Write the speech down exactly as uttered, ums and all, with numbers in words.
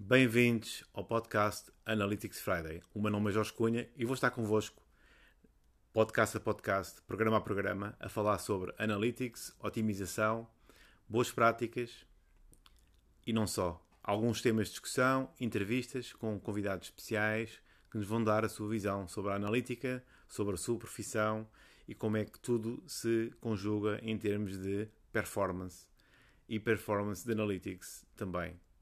Bem-vindos ao podcast Analytics Friday. O meu nome é Jorge Cunha e vou estar convosco, podcast a podcast, programa a programa, a falar sobre Analytics, otimização, boas práticas e não só. Alguns temas de discussão, entrevistas com convidados especiais que nos vão dar a sua visão sobre a analítica, sobre a sua profissão e como é que tudo se conjuga em termos de performance e performance de Analytics também.